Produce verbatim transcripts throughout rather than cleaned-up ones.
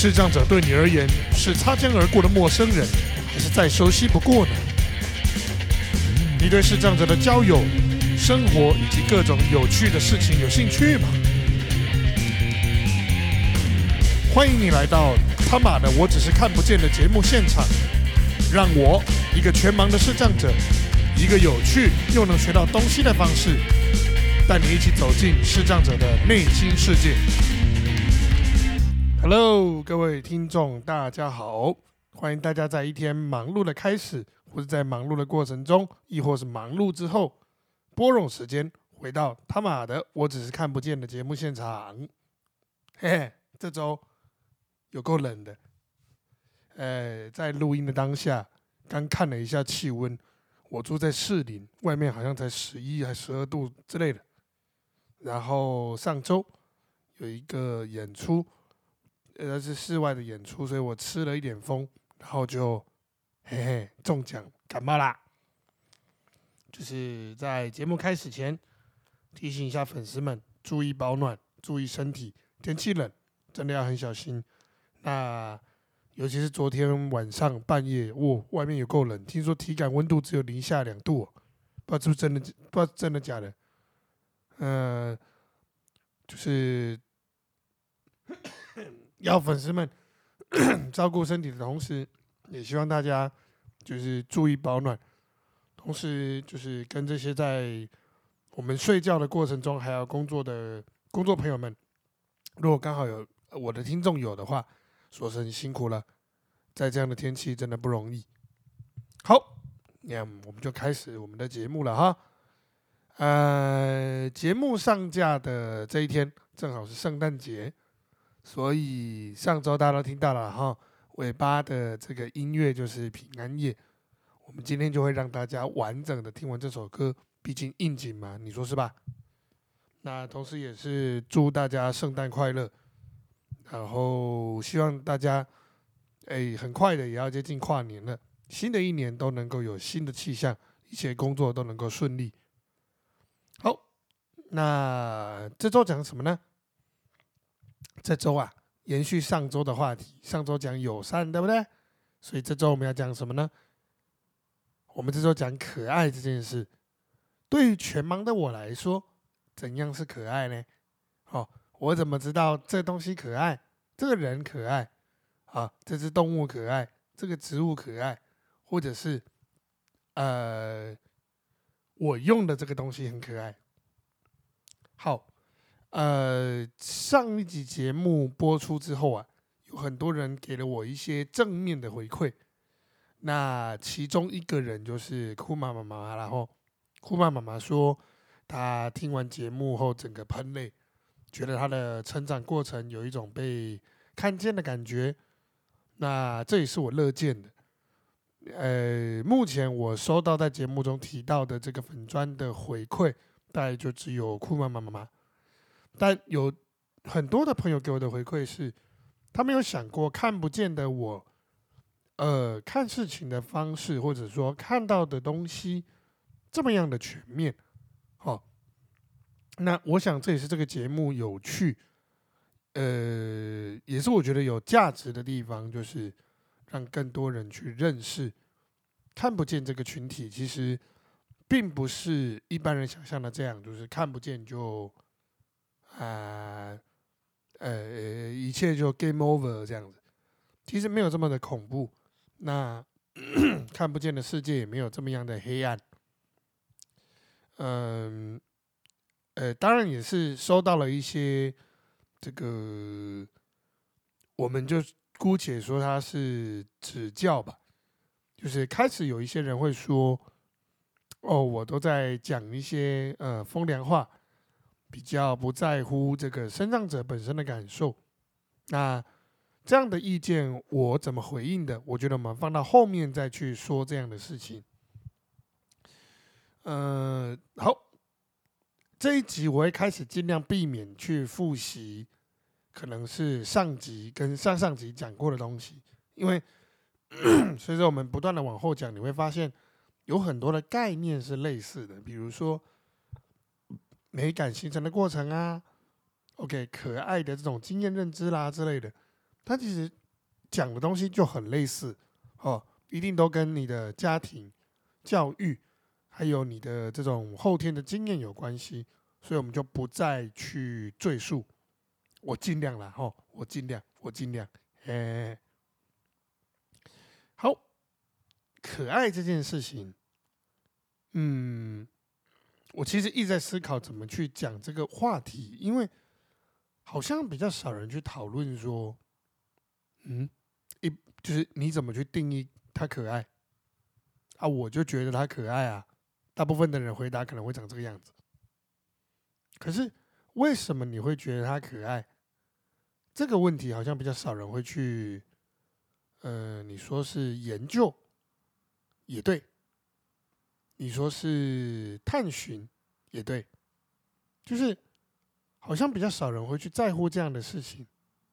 视障者对你而言是擦肩而过的陌生人，还是再熟悉不过呢？你对视障者的交友、生活以及各种有趣的事情有兴趣吗？欢迎你来到他妈的我只是看不见的节目现场，让我一个全盲的视障者，一个有趣又能学到东西的方式，带你一起走进视障者的内心世界。Hello， 各位听众，大家好，欢迎大家在一天忙碌的开始，或是在忙碌的过程中，亦或是忙碌之后，拨冗时间回到他妈的我只是看不见的节目现场。嘿嘿，这周有够冷的，呃，在录音的当下，刚看了一下气温，我住在士林，外面好像才十一还十二度之类的。然后上周有一个演出。呃，是室外的演出，所以我吃了一点风，然后就嘿嘿中奖感冒啦。就是在节目开始前，提醒一下粉丝们注意保暖，注意身体，天气冷，真的要很小心。那尤其是昨天晚上半夜，哇，外面有够冷，听说体感温度只有零下两度、哦，不知道是不是真的，不知道真的假的。呃，就是要粉丝们照顾身体的同时，也希望大家就是注意保暖，同时就是跟这些在我们睡觉的过程中还要工作的工作朋友们，如果刚好有我的听众有的话，说声辛苦了，在这样的天气真的不容易。好，那我们就开始我们的节目了哈。呃，节目上架的这一天正好是圣诞节。所以上周大家都听到了哈，尾巴的这个音乐就是平安夜。我们今天就会让大家完整的听完这首歌，毕竟应景嘛，你说是吧？那同时也是祝大家圣诞快乐，然后希望大家哎很快的也要接近跨年了，新的一年都能够有新的气象，一切工作都能够顺利。好，那这周讲什么呢？这周啊，延续上周的话题，上周讲友善，对不对？所以这周我们要讲什么呢？我们这周讲可爱这件事。对于全盲的我来说，怎样是可爱呢？哦，我怎么知道这东西可爱，这个人可爱，啊，这只动物可爱，这个植物可爱，或者是呃，我用的这个东西很可爱。好。呃，上一集节目播出之后啊，有很多人给了我一些正面的回馈。那其中一个人就是酷妈妈妈，然后酷妈妈妈说，她听完节目后整个喷泪，觉得她的成长过程有一种被看见的感觉。那这也是我乐见的。呃，目前我收到在节目中提到的这个粉专的回馈，大概就只有酷妈妈妈妈。但有很多的朋友给我的回馈是，他们有想过看不见的我，呃，看事情的方式，或者说看到的东西这么样的全面。好、哦，那我想这也是这个节目有趣，呃，也是我觉得有价值的地方，就是让更多人去认识看不见这个群体，其实并不是一般人想象的这样，就是看不见就。啊，呃，一切就 game over 这样子，其实没有这么的恐怖。那看不见的世界也没有这么样的黑暗。嗯，呃，当然也是收到了一些这个，我们就姑且说它是指教吧。就是开始有一些人会说，哦，我都在讲一些呃风凉话。比较不在乎这个身障者本身的感受，那这样的意见我怎么回应的？我觉得我们放到后面再去说这样的事情。呃，好，这一集我会开始尽量避免去复习，可能是上集跟上上集讲过的东西，因为随着我们不断的往后讲，你会发现有很多的概念是类似的，比如说。美感形成的过程啊 ，OK， 可爱的这种经验认知啦之类的， 它其实讲的东西就很类似哦，一定都跟你的家庭教育还有你的这种后天的经验有关系，所以我们就不再去赘述。我尽量啦，吼，我尽量，我尽量。哎，好，可爱这件事情，嗯，我其实一直在思考怎么去讲这个话题，因为好像比较少人去讨论说，嗯，一就是你怎么去定义它可爱啊？我就觉得它可爱啊。大部分的人回答可能会长这个样子，可是为什么你会觉得它可爱？这个问题好像比较少人会去，呃，你说是研究也对，你说是探寻也对，就是好像比较少人会去在乎这样的事情。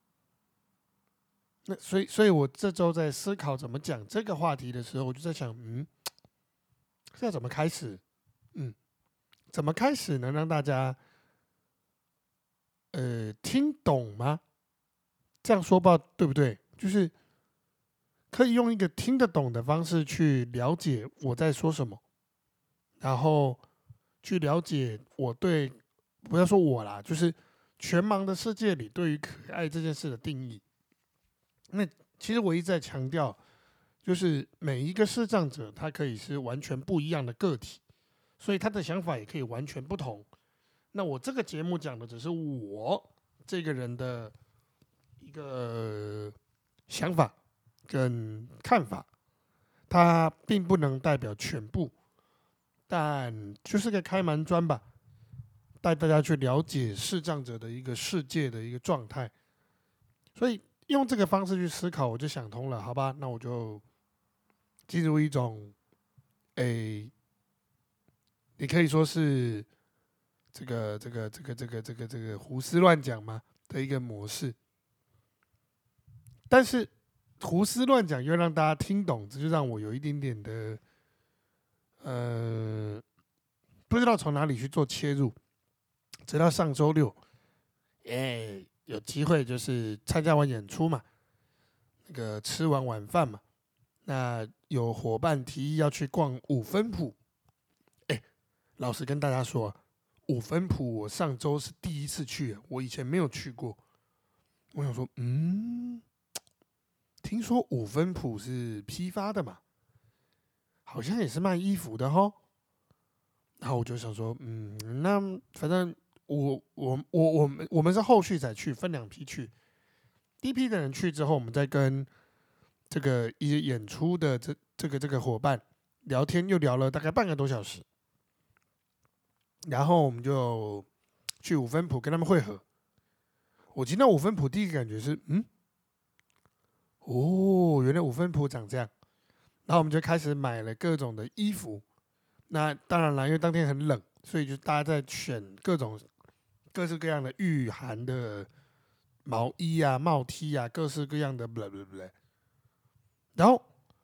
那所以，所以我这周在思考怎么讲这个话题的时候，我就在想，嗯，是要怎么开始？嗯，怎么开始能让大家呃听懂吗？这样说不知道对不对？就是可以用一个听得懂的方式去了解我在说什么，然后去了解我对，不要说我啦，就是全盲的世界里对于可爱这件事的定义。那其实我一直在强调，就是每一个视障者他可以是完全不一样的个体，所以他的想法也可以完全不同。那我这个节目讲的只是我这个人的一个想法跟看法，它并不能代表全部，但就是个开门砖吧，带大家去了解视障者的一个世界的一个状态。所以用这个方式去思考，我就想通了，好吧？那我就进入一种，诶，你可以说是这个这个这个这个这个这个胡思乱讲嘛的一个模式，但是胡思乱讲又让大家听懂，这就让我有一点点的呃，不知道从哪里去做切入。直到上周六，哎，有机会就是参加完演出嘛，那个吃完晚饭嘛，那有伙伴提议要去逛五分埔。哎，老实跟大家说，五分埔我上周是第一次去，我以前没有去过。我想说，嗯，听说五分埔是批发的嘛，好像也是卖衣服的哈。然后我就想说，嗯，那反正我我我我们我们是后续才去，分两批去。第一批的人去之后，我们再跟这个一些演出的这这个这个伙伴聊天，又聊了大概半个多小时。然后我们就去五分埔跟他们会合。我进到五分埔第一个感觉是，嗯，哦，原来五分埔长这样。然后我们就开始买了各种的衣服。那当然了，因为当天很冷，所以就大家在选各种各式各样的御寒的毛衣啊、帽 T 啊，各式各样的 blah blah blah。然后，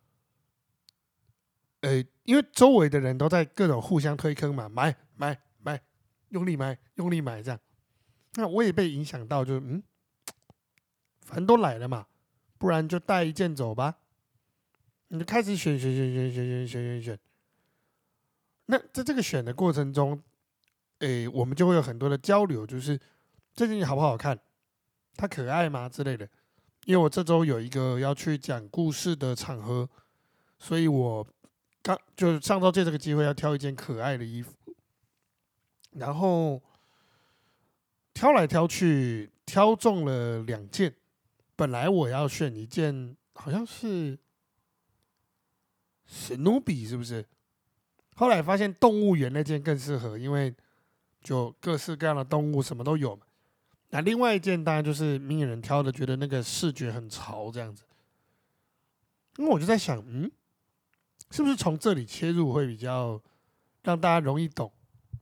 呃，因为周围的人都在各种互相推坑嘛，买买买，用力买，用力买这样。那我也被影响到，就是嗯，反正都来了嘛，不然就带一件走吧。你就开始选选选选选选选选选。那在这个选的过程中，诶，我们就会有很多的交流，就是这件好不好看，它可爱吗之类的。因为我这周有一个要去讲故事的场合，所以我刚就上周借这个机会要挑一件可爱的衣服，然后挑来挑去，挑中了两件。本来我要选一件，好像是史努比，是不是？后来发现动物园那件更适合，因为就各式各样的动物什么都有嘛。那另外一件当然就是明眼人挑的，觉得那个视觉很潮这样子。因为我就在想，嗯，是不是从这里切入会比较让大家容易懂？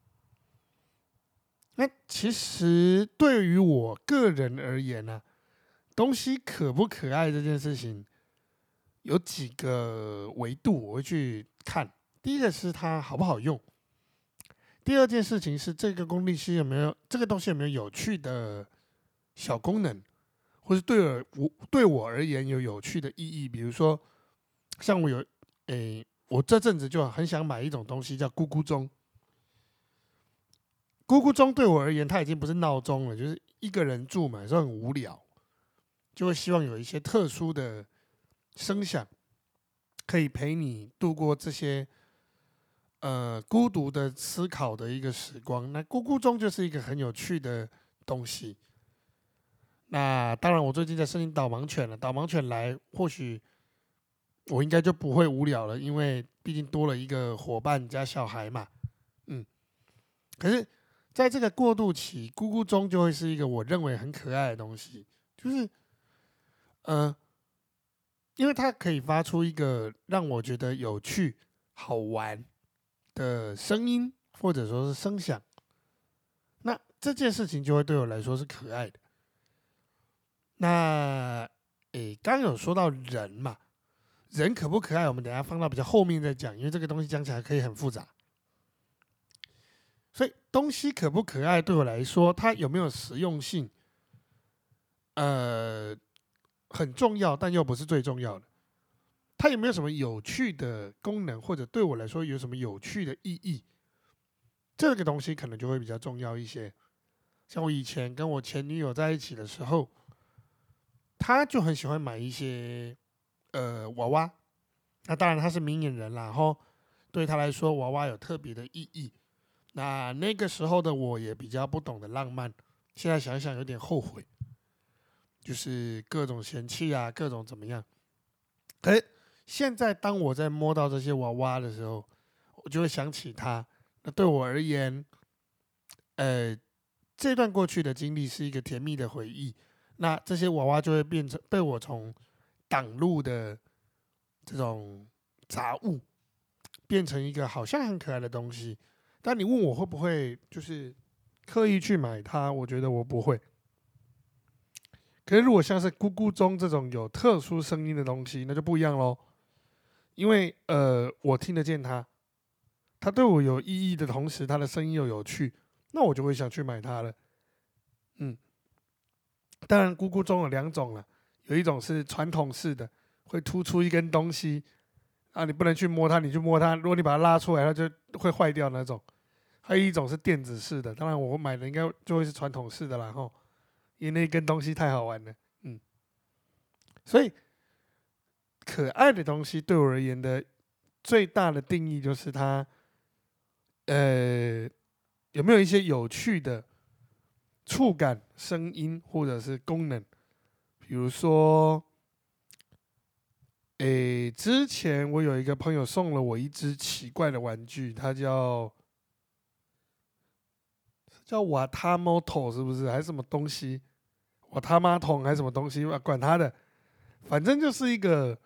那其实对于我个人而言呢、啊，东西可不可爱这件事情有几个维度我会去看。第一个是它好不好用，第二件事情是这个功力是有没有这个东西有没有有趣的小功能， 或是对我我对我而言有有趣的意义。比如说，像我有诶，我这阵子就很想买一种东西叫咕咕钟。咕咕钟对我而言，它已经不是闹钟了，就是一个人住嘛，有时候很无聊，就会希望有一些特殊的声响，可以陪你度过这些呃孤独的思考的一个时光。那咕咕钟就是一个很有趣的东西。那当然，我最近在申请导盲犬了，导盲犬来，或许我应该就不会无聊了，因为毕竟多了一个伙伴加小孩嘛。嗯，可是在这个过渡期，咕咕钟就会是一个我认为很可爱的东西，就是呃，因为它可以发出一个让我觉得有趣、好玩的声音，或者说是声响，那这件事情就会对我来说是可爱的。那诶，刚刚有说到人嘛，人可不可爱？我们等一下放到比较后面再讲，因为这个东西讲起来可以很复杂。所以东西可不可爱对我来说，它有没有实用性，呃，很重要，但又不是最重要的。它有没有什么有趣的功能，或者对我来说有什么有趣的意义，这个东西可能就会比较重要一些。像我以前跟我前女友在一起的时候，她就很喜欢买一些呃娃娃，那当然她是明眼人啦，然后对她来说娃娃有特别的意义。那那个时候的我也比较不懂得浪漫，现在想想有点后悔，就是各种嫌弃啊，各种怎么样。可是现在当我在摸到这些娃娃的时候，我就会想起她。那对我而言，呃，这段过去的经历是一个甜蜜的回忆。那这些娃娃就会变成被我从挡路的这种杂物，变成一个好像很可爱的东西。但你问我会不会就是刻意去买它，我觉得我不会。可是如果像是咕咕钟这种有特殊声音的东西，那就不一样喽。因为呃，我听得见它，它对我有意义的同时，它的声音又有趣，那我就会想去买它了。嗯，当然咕咕钟有两种了，有一种是传统式的，会突出一根东西啊，你不能去摸它，你去摸它，如果你把它拉出来，它就会坏掉那种。还有一种是电子式的，当然我买的应该就会是传统式的啦，吼，因为那根东西太好玩了，嗯，所以可爱的东西对我而言的最大的定义就是它，呃，有没有一些有趣的触感、声音或者是功能，比如说，诶，之前我有一个朋友送了我一只奇怪的玩具，它叫叫瓦塔摩头是不是？还是什么东西？瓦他妈桶还是什么东西？管他的，反正就是一个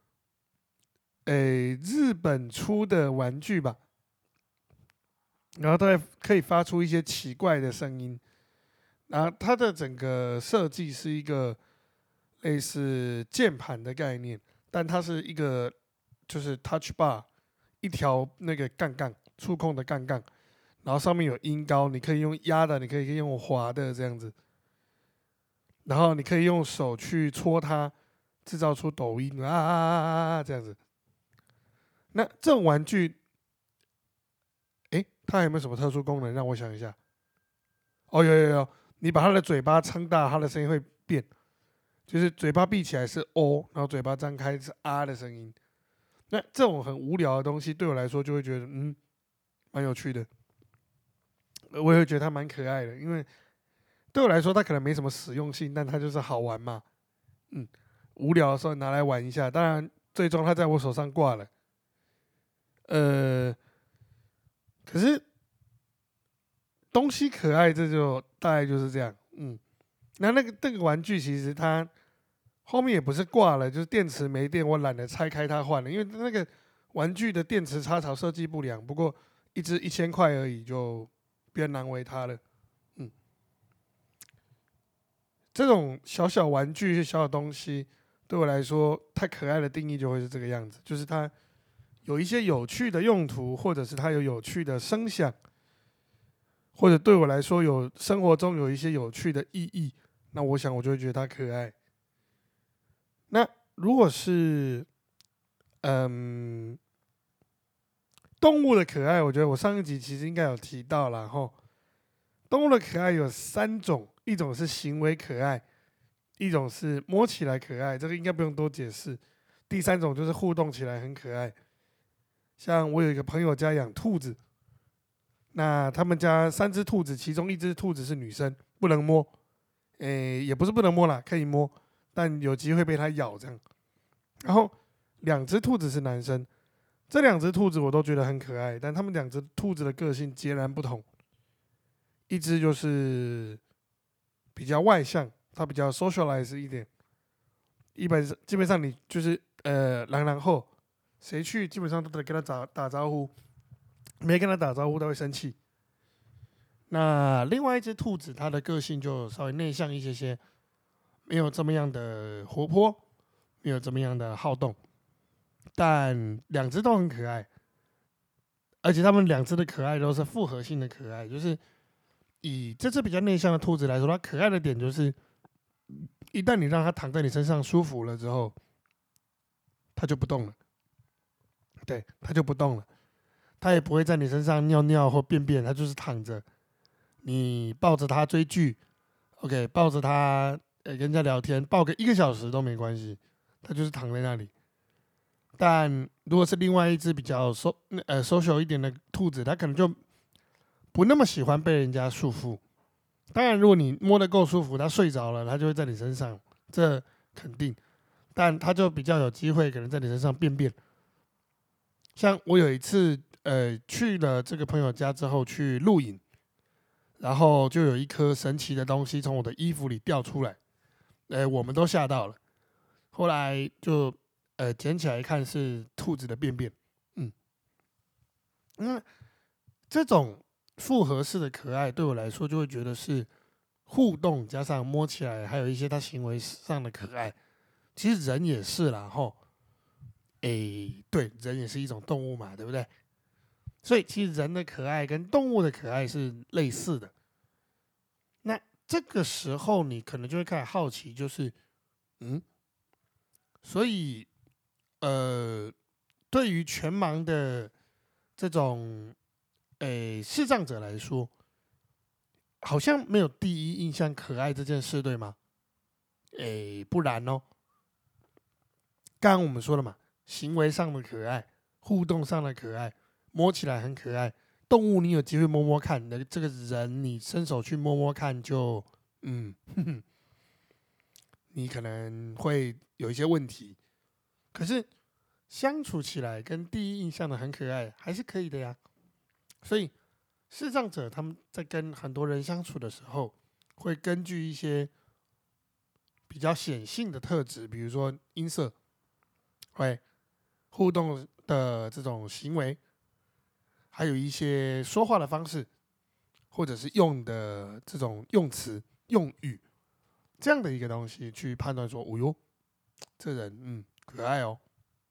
诶日本出的玩具吧。然后它可以发出一些奇怪的声音。然后它的整个设计是一个类似键盘的概念，但它是一个就是 touch bar 一条那个杠杠触控的杠杠，然后上面有音高，你可以用压的，你可以用滑的这样子，然后你可以用手去戳它，制造出抖音啊啊啊啊啊这样子。那这种玩具，诶，它有没有什么特殊功能？让我想一下。哦，有有有，你把它的嘴巴撑大，它的声音会变，就是嘴巴闭起来是 O，然后嘴巴张开是啊的声音。那这种很无聊的东西，对我来说就会觉得嗯蛮有趣的，我也会觉得它蛮可爱的，因为对我来说它可能没什么实用性，但它就是好玩嘛。嗯，无聊的时候拿来玩一下。当然，最终它在我手上挂了。呃，可是东西可爱，这就大概就是这样。嗯，那那个那个玩具其实它后面也不是挂了，就是电池没电，我懒得拆开它换了，因为那个玩具的电池插槽设计不良，不过一只一千块而已，就不要难为它了。嗯，这种小小玩具、小小东西，对我来说太可爱的定义就会是这个样子，就是它有一些有趣的用途，或者是它有有趣的声响，或者对我来说有生活中有一些有趣的意义， 那我想我就会觉得它可爱。那如果是嗯动物的可爱，我觉得我上一集其实应该有提到了哈。动物的可爱有三种，一种是行为可爱，一种是摸起来可爱，这个应该不用多解释。第三种就是互动起来很可爱。像我有一个朋友家养兔子，那他们家三只兔子，其中一只兔子是女生，不能摸，诶，也不是不能摸啦，可以摸，但有机会被它咬这样。然后两只兔子是男生，这两只兔子我都觉得很可爱，但他们两只兔子的个性截然不同。一只就是比较外向，它比较 socialize 一点，一般基本上你就是呃，然然后谁去基本上都得跟他打打招呼，没跟他打招呼他会生气。那另外一只兔子，它的个性就稍微内向一些些，没有这么样的活泼，没有这么样的好动，但两只都很可爱，而且它们两只的可爱都是复合性的可爱，就是以这只比较内向的兔子来说，它可爱的点就是，一旦你让它躺在你身上舒服了之后，它就不动了，对，它就不动了，它也不会在你身上尿尿或便便，它就是躺着，你抱着它追剧，OK，抱着它呃跟人家聊天，抱个一个小时都没关系，它就是躺在那里。但如果是另外一只比较 so 呃 social 一点的兔子，它可能就不那么喜欢被人家束缚。当然，如果你摸得够舒服，它睡着了，它就会在你身上，这肯定。但它就比较有机会，可能在你身上便便。像我有一次，呃，去了这个朋友家之后去露营，然后就有一颗神奇的东西从我的衣服里掉出来，呃，我们都吓到了。后来就呃捡起来一看是兔子的便便，嗯，那这种复合式的可爱对我来说就会觉得是互动加上摸起来，还有一些它行为上的可爱。其实人也是啦，吼，诶，对，人也是一种动物嘛，对不对？所以其实人的可爱跟动物的可爱是类似的。那这个时候你可能就会开始好奇，就是嗯，所以呃，对于全盲的这种诶视障者来说，好像没有第一印象可爱这件事，对吗？诶，不然哦，刚刚我们说了嘛，行为上的可爱，互动上的可爱，摸起来很可爱。动物你有机会摸摸看，那这个人你伸手去摸摸看就，嗯，哼哼，你可能会有一些问题。可是相处起来跟第一印象的很可爱还是可以的呀。所以视障者他们在跟很多人相处的时候，会根据一些比较显性的特质，比如说音色，会互动的这种行为，还有一些说话的方式，或者是用的这种用词用语这样的一个东西去判断说，哦哟，这人嗯可爱哦。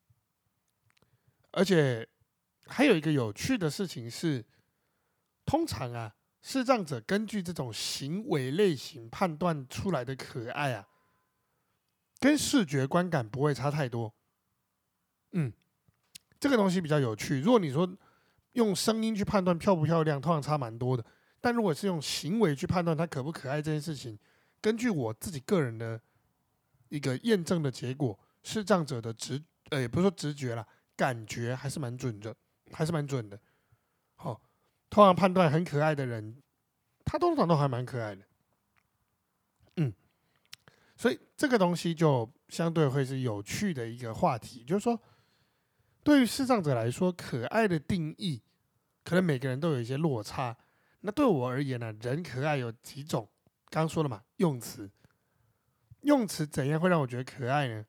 而且还有一个有趣的事情是，通常啊，视障者根据这种行为类型判断出来的可爱啊，跟视觉观感不会差太多。嗯，这个东西比较有趣。如果你说用声音去判断漂不漂亮，通常差蛮多的。但如果是用行为去判断它可不可爱这件事情，根据我自己个人的一个验证的结果，视障者的直，呃，也不是说直觉啦，感觉还是蛮准的，还是蛮准的。好、哦，通常判断很可爱的人，他通常都还蛮可爱的。嗯，所以这个东西就相对会是有趣的一个话题，就是说，对于视障者来说，可爱的定义可能每个人都有一些落差。那对我而言呢、人可爱有几种，刚刚说了嘛，用词，用词怎样会让我觉得可爱呢？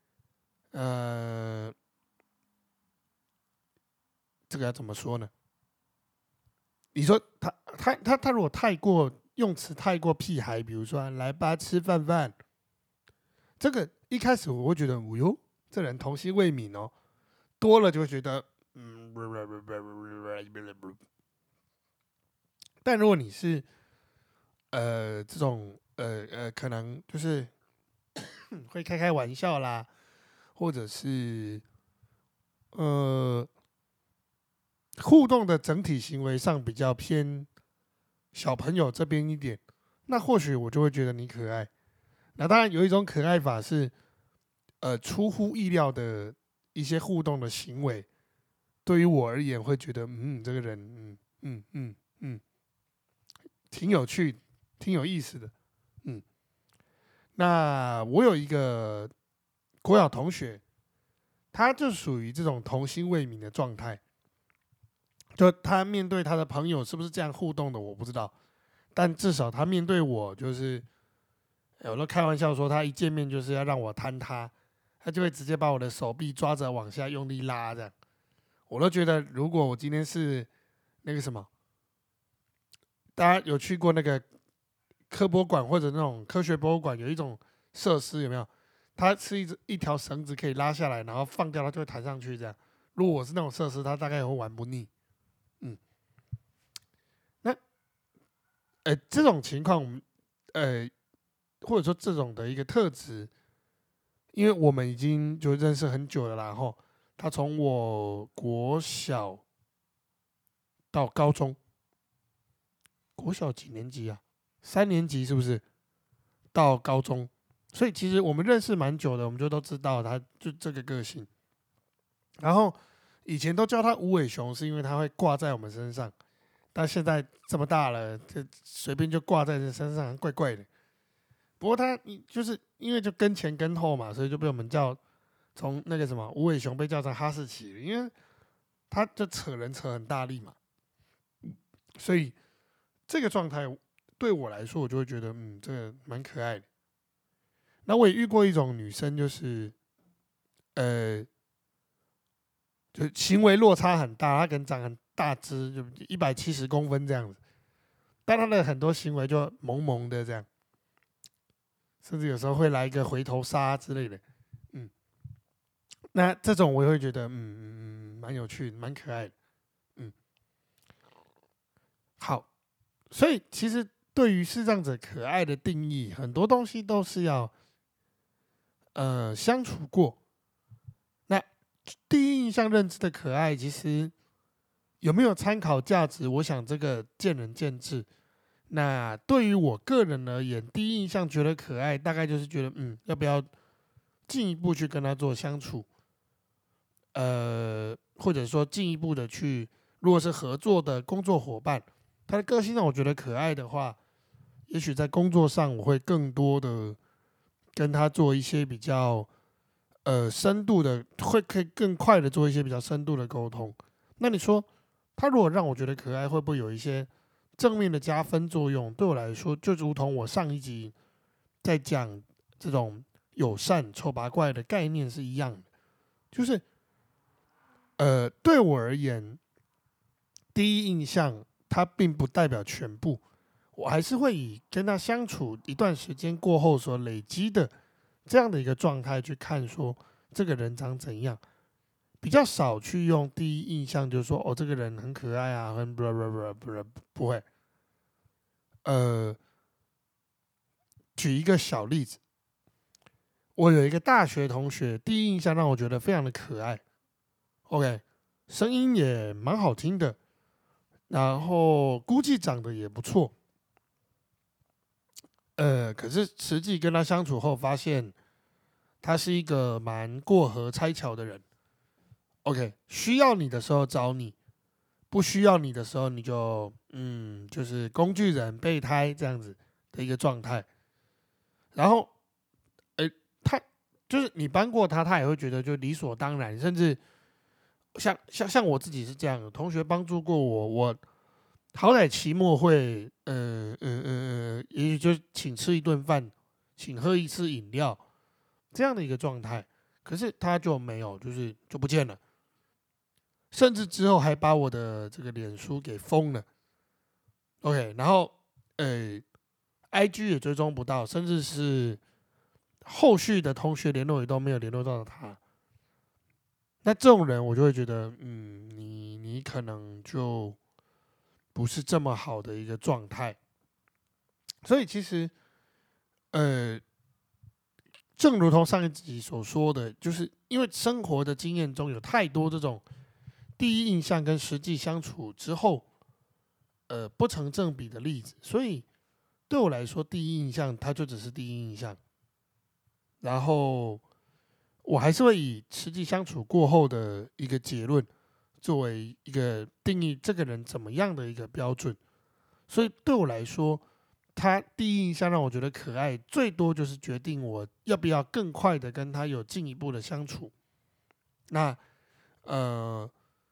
呃，这个要怎么说呢？你说他他他他如果太过用词太过屁孩，比如说来吧吃饭饭，这个一开始我会觉得，哦哟，这人童心未泯哦，多了就会觉得，嗯，但如果你是呃这种呃呃，可能就是会开开玩笑啦，或者是呃互动的整体行为上比较偏小朋友这边一点，那或许我就会觉得你可爱。那当然有一种可爱法是，呃，出乎意料的一些互动的行为，对于我而言会觉得，嗯，这个人，嗯嗯嗯嗯，挺有趣，挺有意思的，嗯。那我有一个国小同学，他就属于这种童心未泯的状态，就他面对他的朋友是不是这样互动的，我不知道，但至少他面对我，就是有的开玩笑说，他一见面就是要让我摊他，他就会直接把我的手臂抓着往下用力拉，这样，我都觉得如果我今天是那个什么，大家有去过那个科博馆或者那种科学博物馆，有一种设施有没有？它是一一条绳子可以拉下来，然后放掉，它就会弹上去这样。如果我是那种设施，它大概也会玩不腻。嗯，那呃这种情况，我们呃或者说这种的一个特质，因为我们已经就认识很久了啦，然后他从我国小到高中，国小几年级啊？三年级是不是？到高中，所以其实我们认识蛮久的，我们就都知道他就这个个性。然后以前都叫他无尾熊，是因为他会挂在我们身上，但现在这么大了，就随便就挂在人身上，怪怪的。不过他就是因为就跟前跟后嘛，所以就被我们叫从那个什么无尾熊被叫成哈士奇了，因为他就扯人扯很大力嘛，所以这个状态对我来说，我就会觉得嗯，这个蛮可爱的。那我也遇过一种女生，就是呃，就行为落差很大，她可能长很大只，就一百七十公分这样子，但她的很多行为就萌萌的这样，甚至有时候会来一个回头杀之类的，嗯，那这种我也会觉得嗯嗯嗯蛮有趣，蛮可爱的，嗯，好，所以其实对于视障者可爱的定义，很多东西都是要呃相处过。那第一印象认知的可爱，其实有没有参考价值？我想这个见仁见智。那对于我个人而言，第一印象觉得可爱，大概就是觉得，嗯，要不要进一步去跟他做相处？呃，或者说进一步的去，如果是合作的工作伙伴，他的个性让我觉得可爱的话，也许在工作上我会更多的跟他做一些比较呃深度的，会可以更快的做一些比较深度的沟通。那你说，他如果让我觉得可爱，会不会有一些正面的加分作用？对我来说，就如同我上一集在讲这种友善丑八怪的概念是一样的，就是呃，对我而言，第一印象它并不代表全部，我还是会以跟他相处一段时间过后所累积的这样的一个状态去看，说这个人长怎样。比较少去用第一印象，就是说哦，这个人很可爱啊，很不不不不不不会。呃，举一个小例子，我有一个大学同学，第一印象让我觉得非常的可爱。OK，声音也蛮好听的，然后估计长得也不错。呃，可是实际跟他相处后，发现他是一个蛮过河拆桥的人。OK，需要你的时候找你，不需要你的时候，你就嗯，就是工具人、备胎这样子的一个状态。然后，诶，他就是你帮过他，他也会觉得就理所当然，甚至像像像我自己是这样的，同学帮助过我，我好歹期末会，嗯嗯嗯嗯，也许就请吃一顿饭，请喝一次饮料这样的一个状态。可是他就没有，就是就不见了，甚至之后还把我的这个脸书给封了。OK，然后呃，I G 也追踪不到，甚至是后续的同学联络也都没有联络到他。那这种人，我就会觉得，嗯，你你可能就不是这么好的一个状态。所以其实呃，正如同上一集所说的，就是因为生活的经验中有太多这种第一印象跟实际相处之后，呃，不成正比的例子，所以对我来说，第一印象它就只是第一印象，然后我还是会以实际相处过后的一个结论作为一个定义这个人怎么样的一个标准。所以对我来说，他第一印象让我觉得可爱，最多就是决定我要不要更快的跟他有进一步的相处。那呃，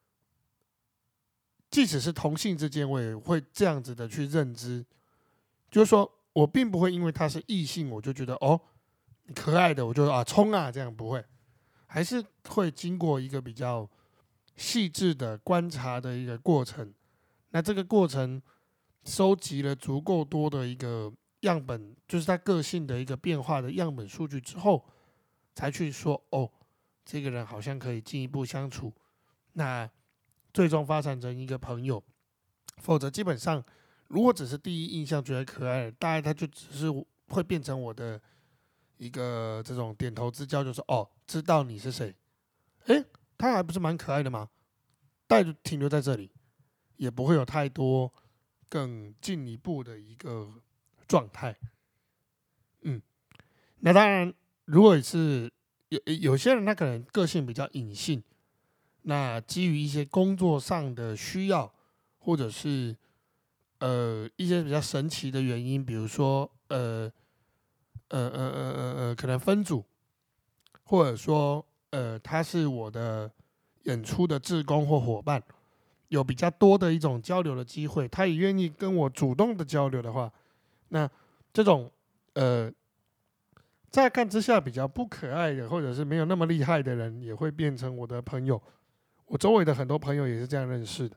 即使是同性之间，我也会这样子的去认知，就是说我并不会因为他是异性，我就觉得哦，可爱的我就啊冲啊，这样不会，还是会经过一个比较细致的观察的一个过程。那这个过程收集了足够多的一个样本，就是他个性的一个变化的样本数据之后，才去说哦，这个人好像可以进一步相处，那最终发展成一个朋友。否则基本上，如果只是第一印象觉得可爱，大概他就只是会变成我的一个这种点头之交，就是哦，知道你是谁。诶，他还不是蛮可爱的吗？大概就停留在这里，也不会有太多更进一步的一个状态。嗯，那当然，如果是有有些人他可能个性比较隐性，那基于一些工作上的需要，或者是呃一些比较神奇的原因，比如说呃呃呃呃呃呃，可能分组，或者说呃他是我的演出的志工或伙伴，有比较多的一种交流的机会，他也愿意跟我主动的交流的话，那这种呃乍看之下比较不可爱的，或者是没有那么厉害的人，也会变成我的朋友。我周围的很多朋友也是这样认识的。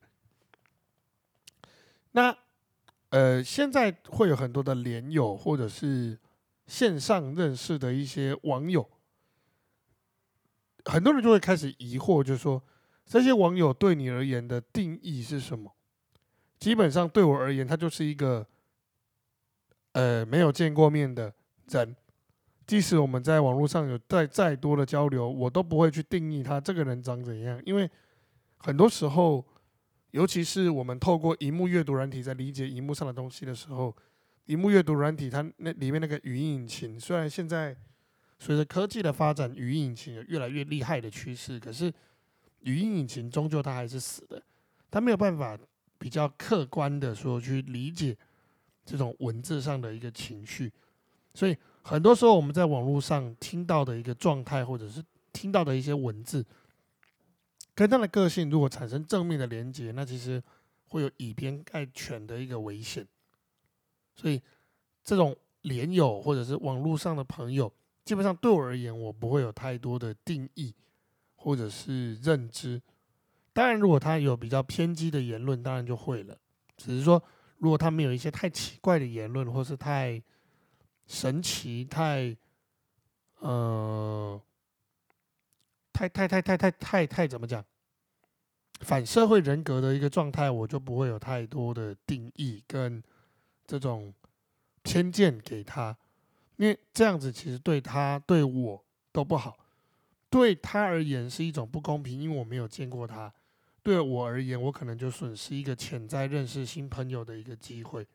那呃，现在会有很多的连友，或者是线上认识的一些网友，很多人就会开始疑惑，就是说这些网友对你而言的定义是什么？基本上对我而言，他就是一个呃没有见过面的人，即使我们在网络上有再再多的交流，我都不会去定义他这个人长怎样，因为很多时候，尤其是我们透过荧幕阅读软体在理解荧幕上的东西的时候，荧幕阅读软体它那里面那个语音引擎，虽然现在随着科技的发展，语音引擎有越来越厉害的趋势，可是语音引擎终究它还是死的，它没有办法比较客观的说去理解这种文字上的一个情绪，所以很多时候我们在网络上听到的一个状态，或者是听到的一些文字，跟他的个性如果产生正面的连接，那其实会有以偏概全的一个危险。所以这种连友或者是网络上的朋友，基本上对我而言，我不会有太多的定义或者是认知。当然，如果他有比较偏激的言论，当然就会了。只是说，如果他没有一些太奇怪的言论，或是太神奇、太呃、太太太太太太太怎么讲，反社会人格的一个状态，我就不会有太多的定义跟这种偏见给他，因为这样子其实对他对我都不好。对他而言是一种不公平，因为我没有见过他；对我而言，我可能就损失一个潜在认识新朋友的一个机会。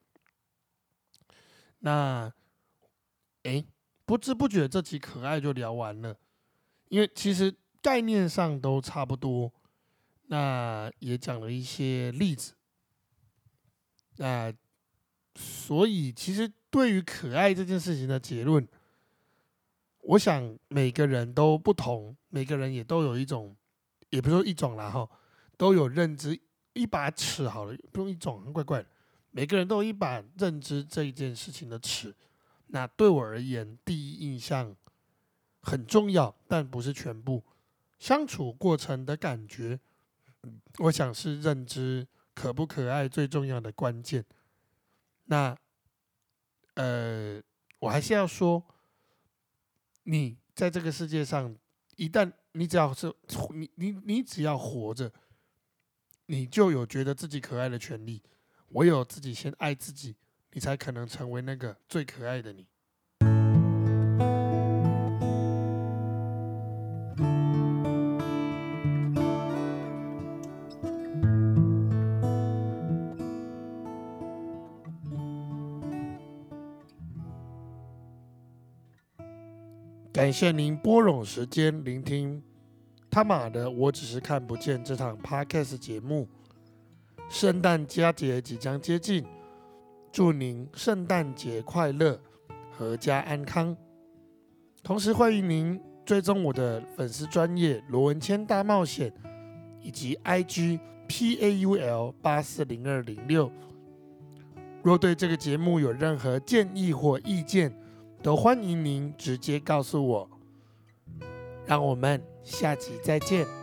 那，诶，不知不觉这集可爱就聊完了，因为其实概念上都差不多，那也讲了一些例子，那所以其实对于可爱这件事情的结论，我想每个人都不同，每个人也都有一种，也不是说一种啦哈，都有认知一把尺好了，不用一种，怪怪的。每个人都有一把认知这一件事情的尺。那对我而言，第一印象很重要，但不是全部。相处过程的感觉，我想是认知可不可爱最重要的关键。那呃，我还是要说，你在这个世界上，一旦你只要是你你你只要活着，你就有觉得自己可爱的权利。唯有自己先爱自己，你才可能成为那个最可爱的你。 感谢您拨冗时间聆听他玛的我只是看不见这场 Podcast 节目。圣诞佳节即将接近，祝您圣诞节快乐，阖家安康。同时欢迎您追踪我的粉丝专页罗文谦大冒险，以及 I G P A U L 八四零二零六。若对这个节目有任何建议或意见，都欢迎您直接告诉我。让我们下集再见。